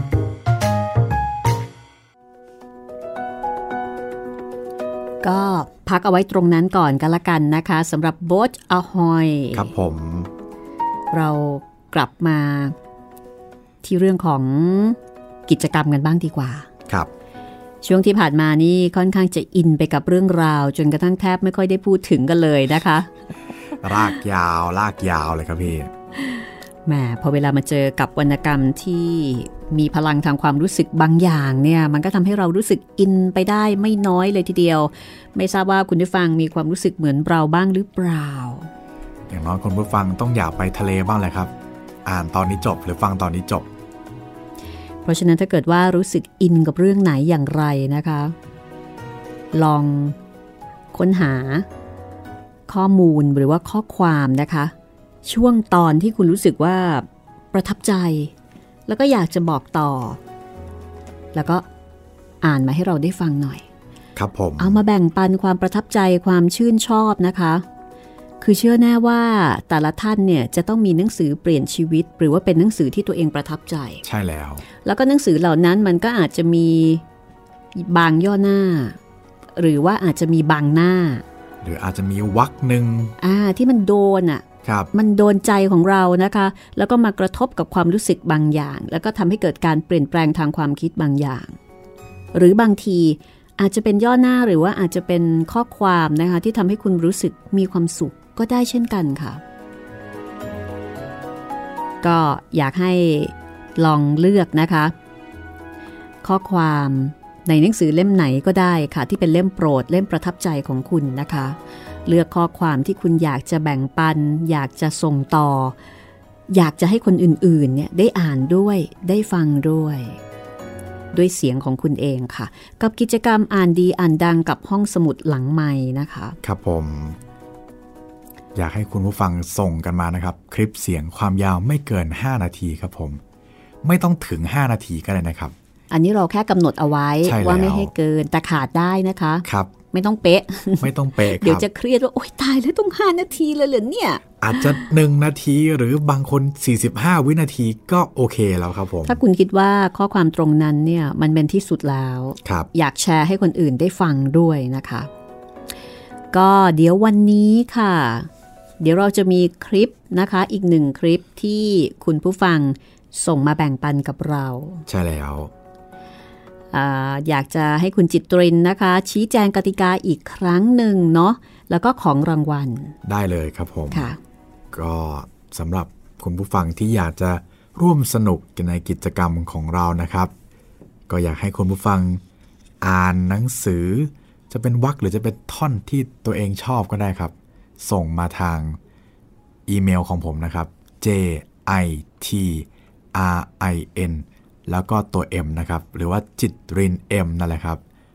ก็พักเอาไว้ตรงนั้นก่อนกันละกันนะคะสำหรับโบ๊ทอะฮอย
ครับผม
เรากลับมาที่เรื่องของกิจกรรมกันบ้างดีกว่า
ครับ
ช่วงที่ผ่านมานี่ค่อนข้างจะอินไปกับเรื่องราวจนกระทั่งแทบไม่ค่อยได้พูดถึงกันเลยนะคะ
ลากยาวเลยครับพี่
แหมพอเวลามาเจอกับวรรณกรรมที่มีพลังทางความรู้สึกบางอย่างเนี่ยมันก็ทำให้เรารู้สึกอินไปได้ไม่น้อยเลยทีเดียวไม่ทราบว่าคุณผู้ฟังมีความรู้สึกเหมือนเราบ้างหรือเปล่า
อย่างน้อยคุณผู้ฟังต้องอยากไปทะเลบ้างเลยครับอ่านตอนนี้จบหรือฟังตอนนี้จบ
เพราะฉะนั้นถ้าเกิดว่ารู้สึกอินกับเรื่องไหนอย่างไรนะคะลองค้นหาข้อมูลหรือว่าข้อความนะคะช่วงตอนที่คุณรู้สึกว่าประทับใจแล้วก็อยากจะบอกต่อแล้วก็อ่านมาให้เราได้ฟังหน่อย
ครับผม
เอามาแบ่งปันความประทับใจความชื่นชอบนะคะคือเชื่อแน่ว่าแต่ละท่านเนี่ยจะต้องมีหนังสือเปลี่ยนชีวิตหรือว่าเป็นหนังสือที่ตัวเองประทับใจ
ใช่แล้ว
แล้วก็หนังสือเหล่านั้นมันก็อาจจะมีบางย่อหน้าหรือว่าอาจจะมีบางหน้า
หรืออาจจะมีวรรคหนึ่ง
ที่มันโดนมันโดนใจของเรานะคะแล้วก็มากระทบกับความรู้สึกบางอย่างแล้วก็ทำให้เกิดการเปลี่ยนแปลงทางความคิดบางอย่างหรือบางทีอาจจะเป็นย่อหน้าหรือว่าอาจจะเป็นข้อความนะคะที่ทำให้คุณรู้สึกมีความสุขก็ได้เช่นกันค่ะก็อยากให้ลองเลือกนะคะข้อความในหนังสือเล่มไหนก็ได้ค่ะที่เป็นเล่มโปรดเล่มประทับใจของคุณนะคะเลือกข้อความที่คุณอยากจะแบ่งปันอยากจะส่งต่ออยากจะให้คนอื่นๆเนี่ยได้อ่านด้วยได้ฟังด้วยเสียงของคุณเองค่ะกับกิจกรรมอ่านดีอ่านดังกับห้องสมุดหลังไมค์นะคะ
ครับผมอยากให้คุณผู้ฟังส่งกันมานะครับคลิปเสียงความยาวไม่เกิน5นาทีครับผมไม่ต้องถึง5นาทีก็ได้นะครับ
อันนี้เราแค่กำหนดเอาไว้ว่าไม่ให้เกินแต่ขาดได้นะคะ
ครับ
ไม่ต้องเป๊ะ
ไม่ต้องเป๊ะ
เดี๋ยวจะเครียดว่าโอ๊ยตายแล้วต้อง5นาทีเลยเหรอเนี่ย
อาจจะ1นาทีหรือบางคน45วินาทีก็โอเคแล้วครับผม
ถ้าคุณคิดว่าข้อความตรงนั้นเนี่ยมันเป็นที่สุดแล้วอยากแชร์ให้คนอื่นได้ฟังด้วยนะคะก็เดี๋ยววันนี้ค่ะเดี๋ยวเราจะมีคลิปนะคะอีก1คลิปที่คุณผู้ฟังส่งมาแบ่งปันกับเรา
ใช่แล้ว
อยากจะให้คุณจิตรินนะคะชี้แจงกติกาอีกครั้งหนึ่งเนาะแล้วก็ของรางวัล
ได้เลยครับผม
ค่ะ
ก็สำหรับคุณผู้ฟังที่อยากจะร่วมสนุกในกิจกรรมของเรานะครับก็อยากให้คุณผู้ฟังอ่านหนังสือจะเป็นวรรคหรือจะเป็นท่อนที่ตัวเองชอบก็ได้ครับส่งมาทางอีเมลของผมนะครับ JITRIN แล้วก็ตัว M นะครับหรือว่าจิตริน M นั่นแหละครับ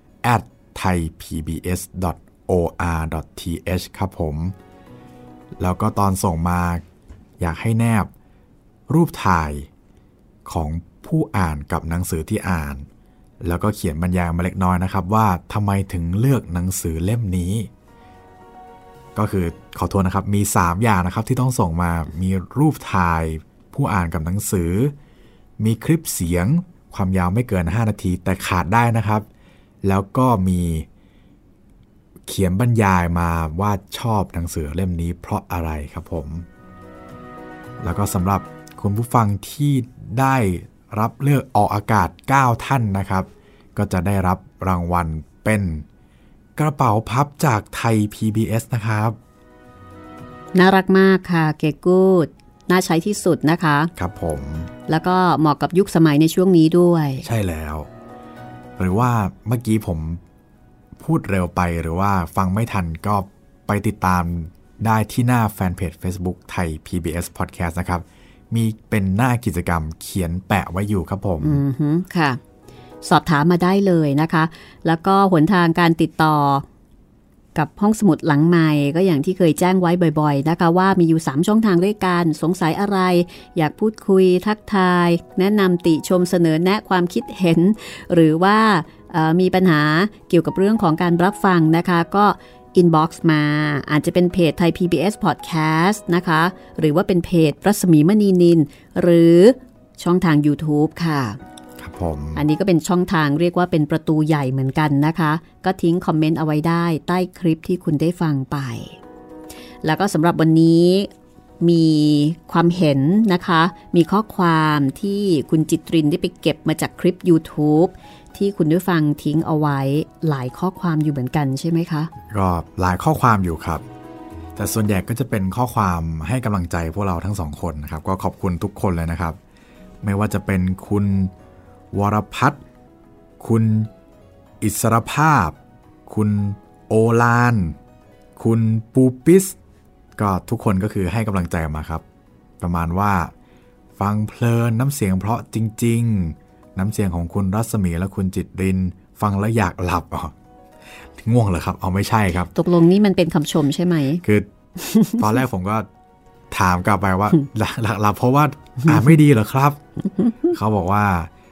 @thaipbs.or.th ครับผมแล้วก็ตอนส่งมาอยากให้แนบรูปถ่ายของผู้อ่านกับหนังสือที่อ่านแล้วก็เขียนบรรยายมาเล็กน้อยนะครับว่าทำไมถึงเลือกหนังสือเล่มนี้ก็คือขอโทษนะครับมี3อย่างนะครับที่ต้องส่งมามีรูปถ่ายผู้อ่านกับหนังสือมีคลิปเสียงความยาวไม่เกิน5นาทีแต่ขาดได้นะครับแล้วก็มีเขียนบรรยายมาว่าชอบหนังสือเล่มนี้เพราะอะไรครับผมแล้วก็สำหรับคุณผู้ฟังที่ได้รับเลือกออกอากาศ9ท่านนะครับก็จะได้รับรางวัลเป็นกระเป๋าพับจากไทย PBS นะครับ
น่ารักมากค่ะเก๋กูดน่าใช้ที่สุดนะคะ
ครับผม
แล้วก็เหมาะกับยุคสมัยในช่วงนี้ด้วย
ใช่แล้วหรือว่าเมื่อกี้ผมพูดเร็วไปหรือว่าฟังไม่ทันก็ไปติดตามได้ที่หน้าแฟนเพจ Facebook ไทย PBS Podcast นะครับมีเป็นหน้ากิจกรรมเขียนแปะไว้อยู่ครับผม
ค่ะสอบถามมาได้เลยนะคะแล้วก็หนทางการติดต่อกับห้องสมุดหลังไมค์ก็อย่างที่เคยแจ้งไว้บ่อยๆนะคะว่ามีอยู่3ช่องทางด้วยกันสงสัยอะไรอยากพูดคุยทักทายแนะนำติชมเสนอแนะความคิดเห็นหรือว่ามีปัญหาเกี่ยวกับเรื่องของการรับฟังนะคะก็อินบ็อกซ์มาอาจจะเป็นเพจไทย PBS Podcast นะคะหรือว่าเป็นเพจรัศมีมณีนินหรือช่องทาง YouTube ค่ะอันนี้ก็เป็นช่องทางเรียกว่าเป็นประตูใหญ่เหมือนกันนะคะก็ทิ้งคอมเมนต์เอาไว้ได้ใต้คลิปที่คุณได้ฟังไปแล้วก็สำหรับวันนี้มีความเห็นนะคะมีข้อความที่คุณจิตรินได้ไปเก็บมาจากคลิป YouTube ที่คุณได้ฟังทิ้งเอาไว้หลายข้อความอยู่เหมือนกันใช่ไหมคะ
ก็หลายข้อความอยู่ครับแต่ส่วนใหญ่ก็จะเป็นข้อความให้กำลังใจพวกเราทั้งสองคนนะครับก็ขอบคุณทุกคนเลยนะครับไม่ว่าจะเป็นคุณวรพัฒน์คุณอิสรภาพคุณโอลานคุณปูปิสก็ทุกคนก็คือให้กำลังใจมาครับประมาณว่าฟังเพลินน้ำเสียงเพราะจริงๆน้ำเสียงของคุณรัศมีและคุณจิตรินฟังแล้วอยากหลับง่วงเหรอครับเอาไม่ใช่ครับ
ตกลงนี่มันเป็นคำชมใช่ไหม
คือตอนแรกผมก็ถามกลับไปว่าหลับเพราะว่าอ่านไม่ดีเหรอครับ เขาบอกว่า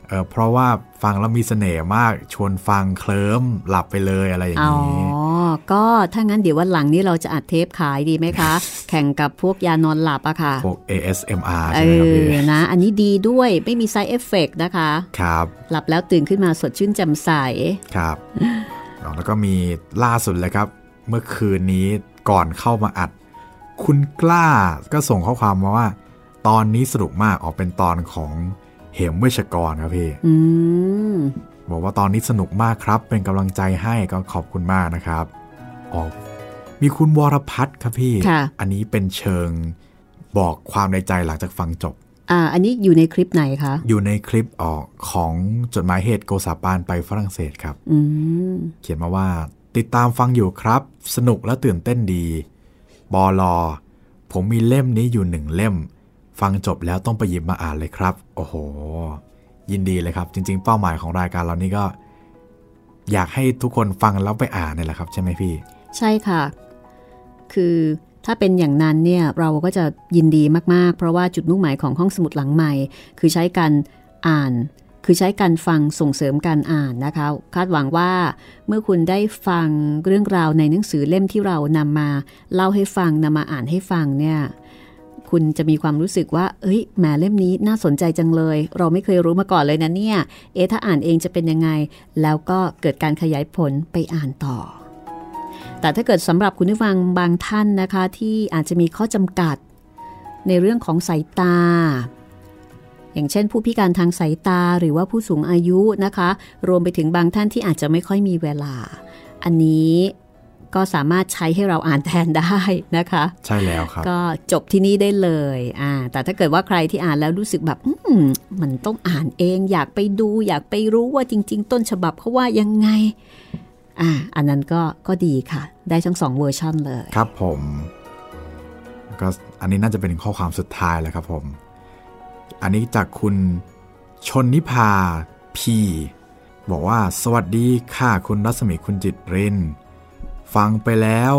เพราะว่าฟังแล้วมีเสน่ห์มากชวนฟังเคลิ้มหลับไปเลยอะไรอย่างนี้
ก็ถ้างั้นเดี๋ยววันหลังนี้เราจะอัดเทปขายดีไหมคะ แข่งกับพวกยานอนหลับอะค่ะ
พวก ASMR ใช่ไหมครับพี่
นะอันนี้ดีด้วยไม่มี side effect นะคะ
ครับ
หลับแล้วตื่นขึ้นมาสดชื่นแจ่มใส
ครับ แล้วก็มีล่าสุดเลยครับเมื่อคืนนี้ก่อนเข้ามาอัดคุณกล้าก็ส่งข้อความมาว่าตอนนี้สนุกมากออกเป็นตอนของเหมเวชกรครับพี่บอกว่าตอนนี้สนุกมากครับเป็นกำลังใจให้ก็ขอบคุณมากนะครับมีคุณวรพัฒน์ครับพี่อันนี้เป็นเชิงบอกความในใจหลังจากฟังจบ
อันนี้อยู่ในคลิปไหนคะ
อยู่ในคลิปของจดหมายเหตุโกษาปานไปฝรั่งเศสครับเขียนมาว่าติดตามฟังอยู่ครับสนุกและตื่นเต้นดีบล.ผมมีเล่มนี้อยู่1เล่มฟังจบแล้วต้องไปหยิบมาอ่านเลยครับโอ้โหยินดีเลยครับจริงๆเป้าหมายของรายการเรานี่ก็อยากให้ทุกคนฟังแล้วไปอ่านนี่แหละครับใช่ไหมพี่
ใช่ค่ะคือถ้าเป็นอย่างนั้นเนี่ยเราก็จะยินดีมากๆเพราะว่าจุดมุ่งหมายของห้องสมุดหลังใหม่คือใช้การอ่านคือใช้การฟังส่งเสริมการอ่านนะคะคาดหวังว่าเมื่อคุณได้ฟังเรื่องราวในหนังสือเล่มที่เรานำมาเล่าให้ฟังนำมาอ่านให้ฟังเนี่ยคุณจะมีความรู้สึกว่าแหมเล่มนี้น่าสนใจจังเลยเราไม่เคยรู้มาก่อนเลยนะเนี่ยถ้าอ่านเองจะเป็นยังไงแล้วก็เกิดการขยายผลไปอ่านต่อแต่ถ้าเกิดสำหรับคุณผู้ฟังบางท่านนะคะที่อาจจะมีข้อจำกัดในเรื่องของสายตาอย่างเช่นผู้พิการทางสายตาหรือว่าผู้สูงอายุนะคะรวมไปถึงบางท่านที่อาจจะไม่ค่อยมีเวลาอันนี้ก็สามารถใช้ให้เราอ่านแทนได้นะคะ
ใช่แล้วครับ
ก็จบที่นี่ได้เลยแต่ถ้าเกิดว่าใครที่อ่านแล้วรู้สึกแบบมันต้องอ่านเองอยากไปดูอยากไปรู้ว่าจริงๆต้นฉบับเขาว่ายังไงอันนั้นก็ดีค่ะได้ทั้ง2เวอร์ชันเลย
ครับผมก็อันนี้น่าจะเป็นข้อความสุดท้ายแล้วครับผมอันนี้จากคุณชนนิภาพีบอกว่าสวัสดีค่ะคุณรัศมีคุณจิตรินฟังไปแล้ว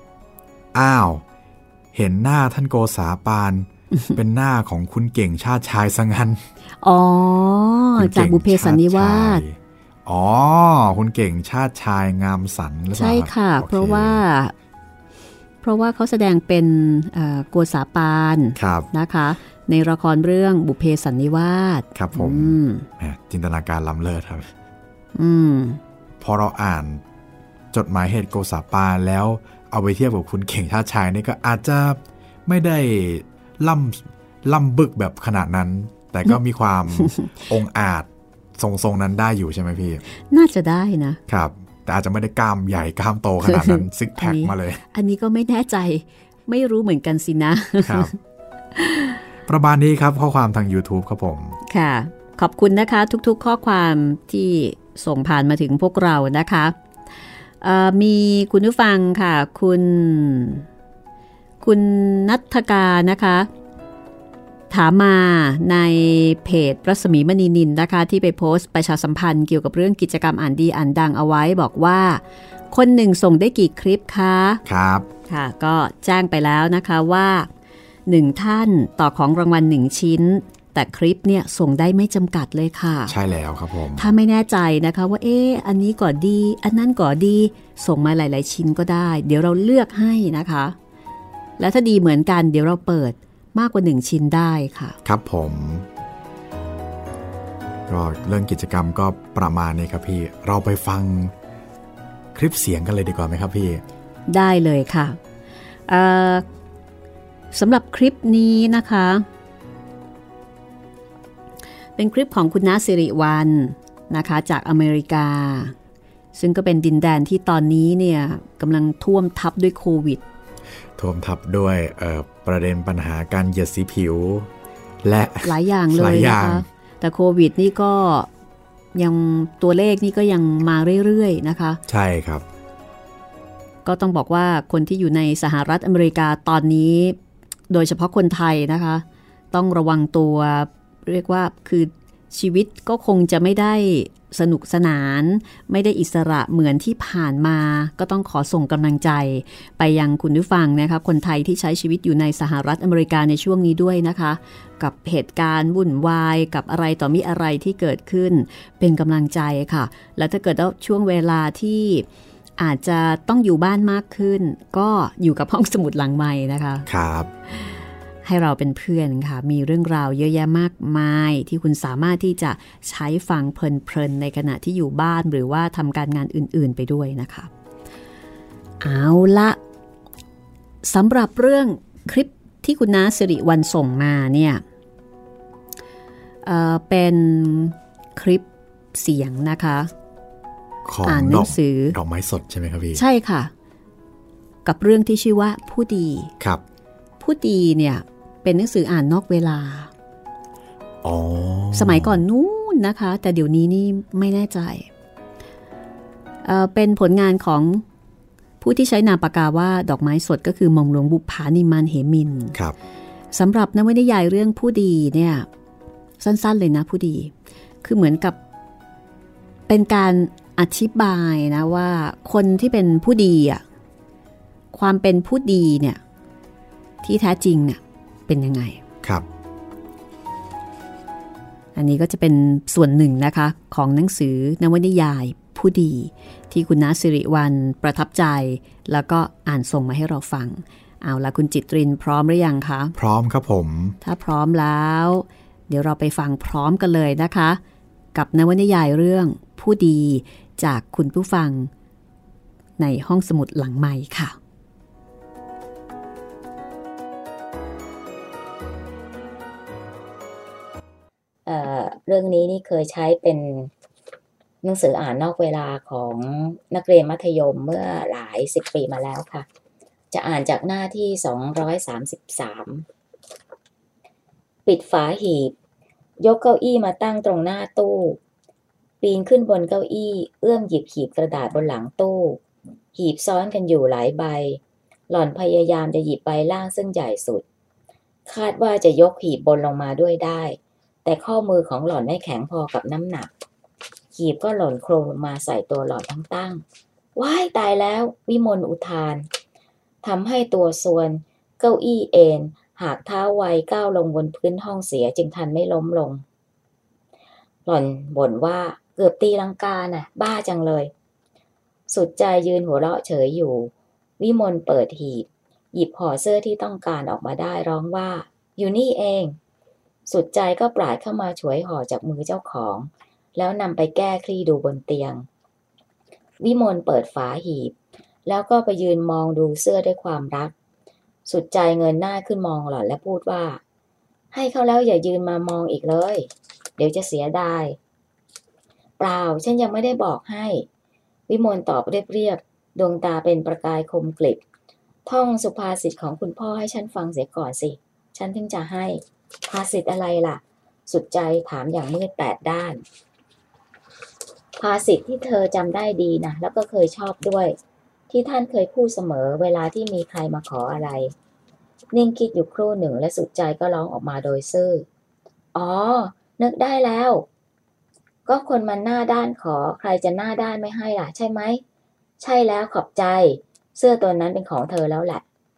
เห็นหน้าท่านโกษาปาน เป็นหน้าของคุณเก่งชาติชายซะงั้น
จากบุพเพสันนิวาส
คุณเก่งชาติชายงามสัน
ใช่ค่ะเพราะว่าเขาแสดงเป็นโกษาปานนะคะในละครเรื่องบุพเพสันนิวาส
ครับผมจินตนาการล้ำเลิศครับพอเราอ่านจดหมายเหตุโกษาปานแล้วเอาไปเทียบกับคุณเก่งชาติชายนี่ก็อาจจะไม่ได้ล่ำบึกแบบขนาดนั้นแต่ก็มีความ องอาจทรงนั้นได้อยู่ใช่ไหมพี่
น่าจะได้นะครับ
แต่อาจจะไม่ได้กล้ามใหญ่กล้ามโตขนาดนั้นซิกแพคมาเลย
อันนี้ก็ไม่แน่ใจไม่รู้เหมือนกันสินะครับ
ประมาณนี้ครับข้อความทาง YouTube ครับผม
ค่ะขอบคุณนะคะทุกๆข้อความที่ส่งผ่านมาถึงพวกเรานะคะมีคุณผู้ฟังค่ะคุณณัฐกานะคะถามมาในเพจรัศมีมณีนินนะคะที่ไปโพสต์ประชาสัมพันธ์เกี่ยวกับเรื่องกิจกรรมอ่านดีอ่านดังเอาไว้บอกว่าคนหนึ่งส่งได้กี่คลิปคะ
ครับ
ค่ะก็แจ้งไปแล้วนะคะว่า1ท่านต่อของรางวัล1ชิ้นแต่คลิปเนี่ยส่งได้ไม่จำกัดเลยค่ะ
ใช่แล้วครับผม
ถ้าไม่แน่ใจนะคะว่าอันนี้ก็ดีอันนั้นก็ดีส่งมาหลายๆชิ้นก็ได้เดี๋ยวเราเลือกให้นะคะแล้วถ้าดีเหมือนกันเดี๋ยวเราเปิดมากกว่า1ชิ้นได้ค่ะ
ครับผมก็เรื่องกิจกรรมก็ประมาณนี้ครับพี่เราไปฟังคลิปเสียงกันเลยดีกว่าไหมครับพี่
ได้เลยค่ะสำหรับคลิปนี้นะคะเป็นคลิปของคุณน้าสิริวัลย์นะคะจากอเมริกาซึ่งก็เป็นดินแดนที่ตอนนี้เนี่ยกำลังท่วมทับด้วยโควิด
ท่วมทับด้วยประเด็นปัญหาการเหยียดสีผิวและ
หลายอย่างเลยนะคะแต่โควิดนี่ก็ยังตัวเลขนี่ก็ยังมาเรื่อยๆนะคะ
ใช่ครับ
ก็ต้องบอกว่าคนที่อยู่ในสหรัฐอเมริกาตอนนี้โดยเฉพาะคนไทยนะคะต้องระวังตัวเรียกว่าคือชีวิตก็คงจะไม่ได้สนุกสนานไม่ได้อิสระเหมือนที่ผ่านมาก็ต้องขอส่งกำลังใจไปยังคุณผู้ฟังนะคะคนไทยที่ใช้ชีวิตอยู่ในสหรัฐอเมริกาในช่วงนี้ด้วยนะคะกับเหตุการณ์วุ่นวายกับอะไรต่อมีอะไรที่เกิดขึ้นเป็นกำลังใจค่ะและถ้าเกิดว่าช่วงเวลาที่อาจจะต้องอยู่บ้านมากขึ้นก็อยู่กับห้องสมุดหลังใหม่นะคะ
ครับ
ให้เราเป็นเพื่อนค่ะมีเรื่องราวเยอะแยะมากมายที่คุณสามารถที่จะใช้ฟังเพลินๆในขณะที่อยู่บ้านหรือว่าทำการงานอื่นๆไปด้วยนะคะเอาละสำหรับเรื่องคลิปที่คุณน้าสิริวัลย์ส่งมาเนี่ยเป็นคลิปเสียงนะคะ
ของ
อ่านหนังสือ
ดอกไม้สดใช่ไหมครับพี่
ใช่ค่ะกับเรื่องที่ชื่อว่าผู้ดี
ครับ
ผู้ดีเนี่ยเป็นหนังสืออ่านนอกเวลา
อ๋อ
สมัยก่อนนู้นนะคะแต่เดี๋ยวนี้นี่ไม่แน่ใจเป็นผลงานของผู้ที่ใช้นามปากกาว่าดอกไม้สดก็คือหม่อมหลวงบุภานิมานเหมิน
ครับ
สำหรับนวนิยายเรื่องผู้ดีเนี่ยสั้นๆเลยนะผู้ดีคือเหมือนกับเป็นการอธิบายนะว่าคนที่เป็นผู้ดีอ่ะความเป็นผู้ดีเนี่ยที่แท้จริงเนี่ยเป็นยังไง
ครับ
อันนี้ก็จะเป็นส่วนหนึ่งนะคะของหนังสือนวนิยายผู้ดีที่คุณณสิริวัลย์ประทับใจแล้วก็อ่านส่งมาให้เราฟังเอาละคุณจิตรินพร้อมหรือยังคะ
พร้อมครับผม
ถ้าพร้อมแล้วเดี๋ยวเราไปฟังพร้อมกันเลยนะคะกับนวนิยายเรื่องผู้ดีจากคุณผู้ฟังในห้องสมุดหลังไมค์ค่ะ
เรื่องนี้นี่เคยใช้เป็นหนังสืออ่านนอกเวลาของนักเรียนมัธยมเมื่อหลาย10 ปีมาแล้วค่ะจะอ่านจากหน้าที่233ปิดฝาหีบยกเก้าอี้มาตั้งตรงหน้าตู้ปีนขึ้นบนเก้าอี้เอื้อมหยิบหีบกระดาษบนหลังตู้หีบซ้อนกันอยู่หลายใบหล่อนพยายามจะหยิบใบล่างซึ่งใหญ่สุดคาดว่าจะยกหีบบนลงมาด้วยได้แต่ข้อมือของหล่อนไม่แข็งพอกับน้ำหนักหีบก็หล่นโครมลงมาใส่ตัวหล่อนทั้งตั้งว้ายตายแล้ววิมลอุทานทำให้ตัวส่วนเก้าอี้เอนหากเท้าไวก้าวลงบนพื้นห้องเสียจึงทันไม่ล้มลงหล่อนบ่นว่าเกือบตีลังกาน่ะบ้าจังเลยสุดใจยืนหัวเราะเฉยอยู่วิมลเปิดหีบหยิบห่อเสื้อที่ต้องการออกมาได้ร้องว่าอยู่นี่เองสุดใจก็ปราดเข้ามาฉวยห่อจากมือเจ้าของแล้วนำไปแก้คลี่ดูบนเตียงวิมลเปิดฝาหีบแล้วก็ไปยืนมองดูเสื้อด้วยความรักสุดใจเงยหน้าขึ้นมองหล่อนและพูดว่าให้เขาแล้วอย่ายืนมามองอีกเลยเดี๋ยวจะเสียดายเปล่าฉันยังไม่ได้บอกให้วิมลตอบเรียบๆดวงตาเป็นประกายคมกลิบท่องสุภาษิตของคุณพ่อให้ฉันฟังเสียก่อนสิฉันถึงจะให้ภาษิตอะไรล่ะสุดใจถามอย่างมืด8 ด้านภาษิตที่เธอจำได้ดีนะแล้วก็เคยชอบด้วยที่ท่านเคยพูดเสมอเวลาที่มีใครมาขออะไรนิ่งคิดอยู่ครู่หนึ่งและสุดใจก็ร้องออกมาโดยซื่ออ๋อนึกได้แล้วก็คนมันหน้าด้านขอใครจะหน้าด้านไม่ให้ล่ะใช่ไหมใช่แล้วขอบใจเสื้อตัวนั้นเป็นของเธอแล้วแหละ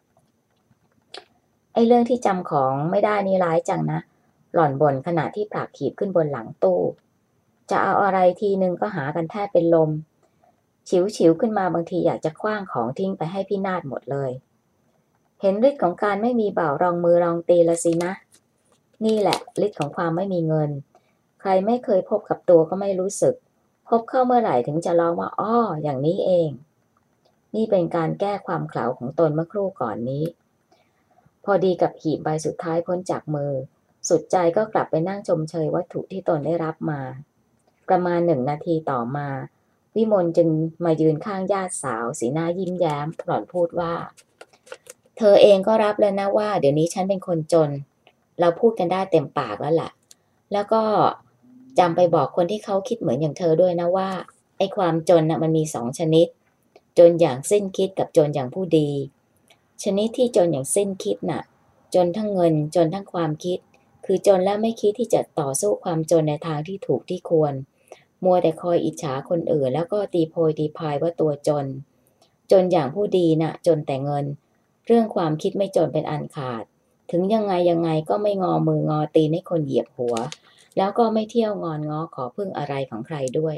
ไอ้เรื่องที่จำของไม่ได้นี่ร้ายจังนะหล่อนบ่นขณะที่ผลักหีบขึ้นบนหลังตู้จะเอาอะไรทีนึงก็หากันแทบเป็นลมฉิวขึ้นมาบางทีอยากจะคว้างของทิ้งไปให้พี่นาฏหมดเลยเห็นฤทธิ์ของการไม่มีบ่าวรองมือรองตีละสินะนี่แหละฤทธิ์ของความไม่มีเงินใครไม่เคยพบกับตัวก็ไม่รู้สึกพบเข้าเมื่อไหร่ถึงจะร้องว่าอ้ออย่างนี้เองนี่เป็นการแก้ความเขลาของตนเมื่อครู่ก่อนนี้พอดีกับหีบใบสุดท้ายพ้นจากมือสุดใจก็กลับไปนั่งชมเชยวัตถุที่ตนได้รับมาประมาณ1 นาทีต่อมาวิมลจึงมายืนข้างญาติสาวสีหน้ายิ้มแย้มหล่อนพูดว่าเธอเองก็รับแล้วนะว่าเดี๋ยวนี้ฉันเป็นคนจนเราพูดกันได้เต็มปากแล้วล่ะแล้วก็จำไปบอกคนที่เขาคิดเหมือนอย่างเธอด้วยนะว่าไอ้ความจนน่ะมันมี2 ชนิดจนอย่างสิ้นคิดกับจนอย่างผู้ดีชนิดที่จนอย่างสิ้นคิดน่ะจนทั้งเงินจนทั้งความคิดคือจนแล้วไม่คิดที่จะต่อสู้ความจนในทางที่ถูกที่ควรมัวแต่คอยอิจฉาคนอื่นแล้วก็ตีโพยตีพายว่าตัวจนอย่างผู้ดีน่ะจนแต่เงินเรื่องความคิดไม่จนเป็นอันขาดถึงยังไงก็ไม่งอมืองอตีนให้คนเหยียบหัวแล้วก็ไม่เที่ยวงอนง้อขอพึ่งอะไรของใครด้วย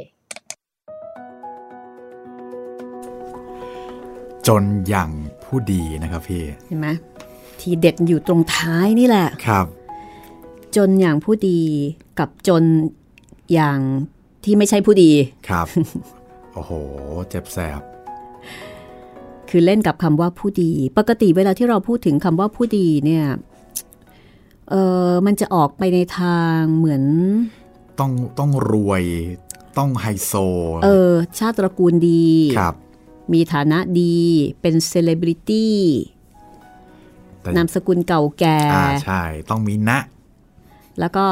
จนอย่างผู้ดีนะครับพี่
เห็นไหมทีเด็ดอยู่ตรงท้ายนี่แหละ
ครับ
จนอย่างผู้ดีกับจนอย่างที่ไม่ใช่ผู้ดี
ครับ โอ้โหเจ็บแสบ
คือเล่นกับคำว่าผู้ดีปกติเวลาที่เราพูดถึงคำว่าผู้ดีเนี่ยมันจะออกไปในทางเหมือน
ต้องรวยต้องไฮโซ
ชาติตระกูลดี
ครับ
มีฐานะดีเป็นเซเลบริตี้นามสกุลเก่าแก่
ใช่ต้องมีนะ
แล้วก็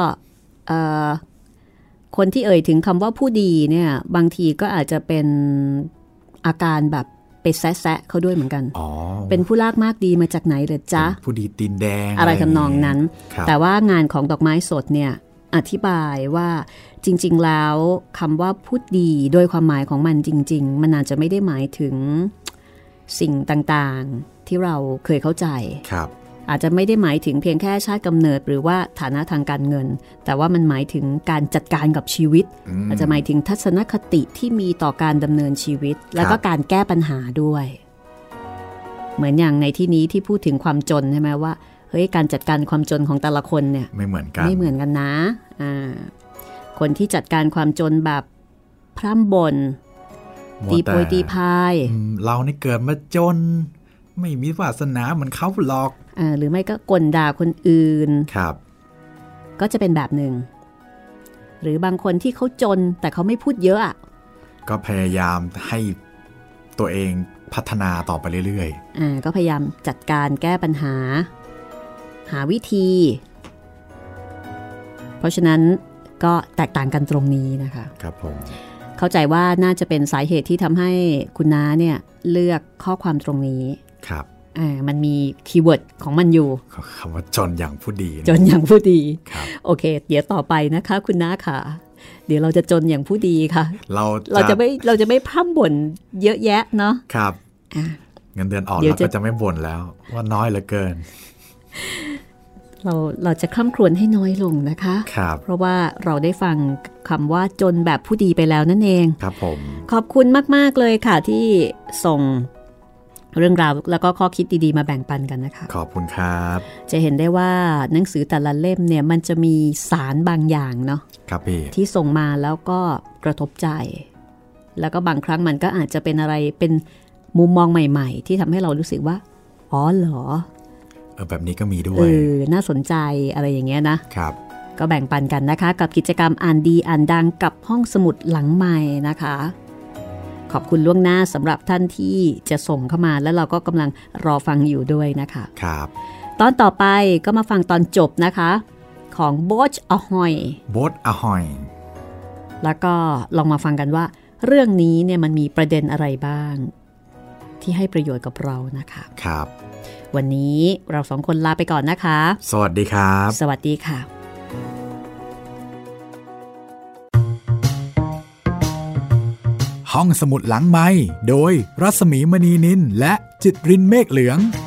คนที่เอ่ยถึงคำว่าผู้ดีเนี่ยบางทีก็อาจจะเป็นอาการแบบไปแซะเขาด้วยเหมือนกันเป็นผู้ลากมากดีมาจากไหนเหรอจ๊ะ
ผู้ดีตีนแดง
อะไรทำนองนั้นแต่ว่างานของดอกไม้สดเนี่ยอธิบายว่าจริงๆแล้วคำว่าพูดดีโดยความหมายของมันจริงๆมันอาจจะไม่ได้หมายถึงสิ่งต่างๆที่เราเคยเข้าใจอาจจะไม่ได้หมายถึงเพียงแค่ชาติกำเนิดหรือว่าฐานะทางการเงินแต่ว่ามันหมายถึงการจัดการกับชีวิตอาจจะหมายถึงทัศนคติที่มีต่อการดำเนินชีวิตแล้วก็การแก้ปัญหาด้วยเหมือนอย่างในที่นี้ที่พูดถึงความจนใช่ไหมว่าเฮ้ยการจัดการความจนของแต่ละคนเนี่ย
ไม่เหมือนกัน
นะคนที่จัดการความจนแบบพร่ำบ่นตีโพยตีพาย
เรานี่เกิดมาจนไม่มีวาสนาเหมือนเขาหรอก
หรือไม่ก็กลด่าคนอื่น
ครับ
ก็จะเป็นแบบหนึ่งหรือบางคนที่เขาจนแต่เขาไม่พูดเยอะ
ก็พยายามให้ตัวเองพัฒนาต่อไปเรื่อย
ๆก็พยายามจัดการแก้ปัญหาวิธีเพราะฉะนั้นก็แตกต่างกันตรงนี้นะคะ
ครับผม
เข้าใจว่าน่าจะเป็นสาเหตุที่ทำให้คุณน้าเนี่ยเลือกข้อความตรงนี้
ครับ
มันมีคีย์เวิร์ดของมันอยู่
คำว่าจนอย่างผู้ดี
จนอย่างผู้ดีโอเคเดี๋ยวต่อไปนะคะคุณน้าค่ะเดี๋ยวเราจะจนอย่างผู้ดีค่ะเราจะไม่พร่ำบ่นเยอะแยะเนาะ
ครับเงินเดือนออกแล้วก็จะไม่บ่นแล้วว่าน้อยเหลือเกิน
เราจะคร่ำครวญให้น้อยลงนะคะเพราะว่าเราได้ฟังคำว่าจนแบบผู้ดีไปแล้วนั่นเอง
ครับผม
ขอบคุณมากๆเลยค่ะที่ส่งเรื่องราวแล้วก็ข้อคิดดีๆมาแบ่งปันกันนะคะ
ขอบคุณครับ
จะเห็นได้ว่าหนังสือแต่ละเล่มเนี่ยมันจะมีสารบางอย่างเนาะ
ครับพี่
ที่ส่งมาแล้วก็กระทบใจแล้วก็บางครั้งมันก็อาจจะเป็นอะไรเป็นมุมมองใหม่ๆที่ทำให้เรารู้สึกว่าอ๋อเหรอ
แบบนี้ก็มีด้วย
น่าสนใจอะไรอย่างเงี้ย
นะครับ
ก็แบ่งปันกันนะคะกับกิจกรรมอ่านดีอ่านดังกับห้องสมุดหลังใหม่นะคะขอบคุณล่วงหน้าสำหรับท่านที่จะส่งเข้ามาแล้วเราก็กำลังรอฟังอยู่ด้วยนะคะ
ครับ
ตอนต่อไปก็มาฟังตอนจบนะคะของโบ๊ทอะฮอยแล้วก็ลองมาฟังกันว่าเรื่องนี้เนี่ยมันมีประเด็นอะไรบ้างที่ให้ประโยชน์กับเรานะคะ
ครับ
วันนี้เราสองคนลาไปก่อนนะคะ
สวัสดีครับ
สวัสดีค่ะ
ห้องสมุดหลังไมค์โดยรัศมีมณีนินและจิตรินเมฆเหลือง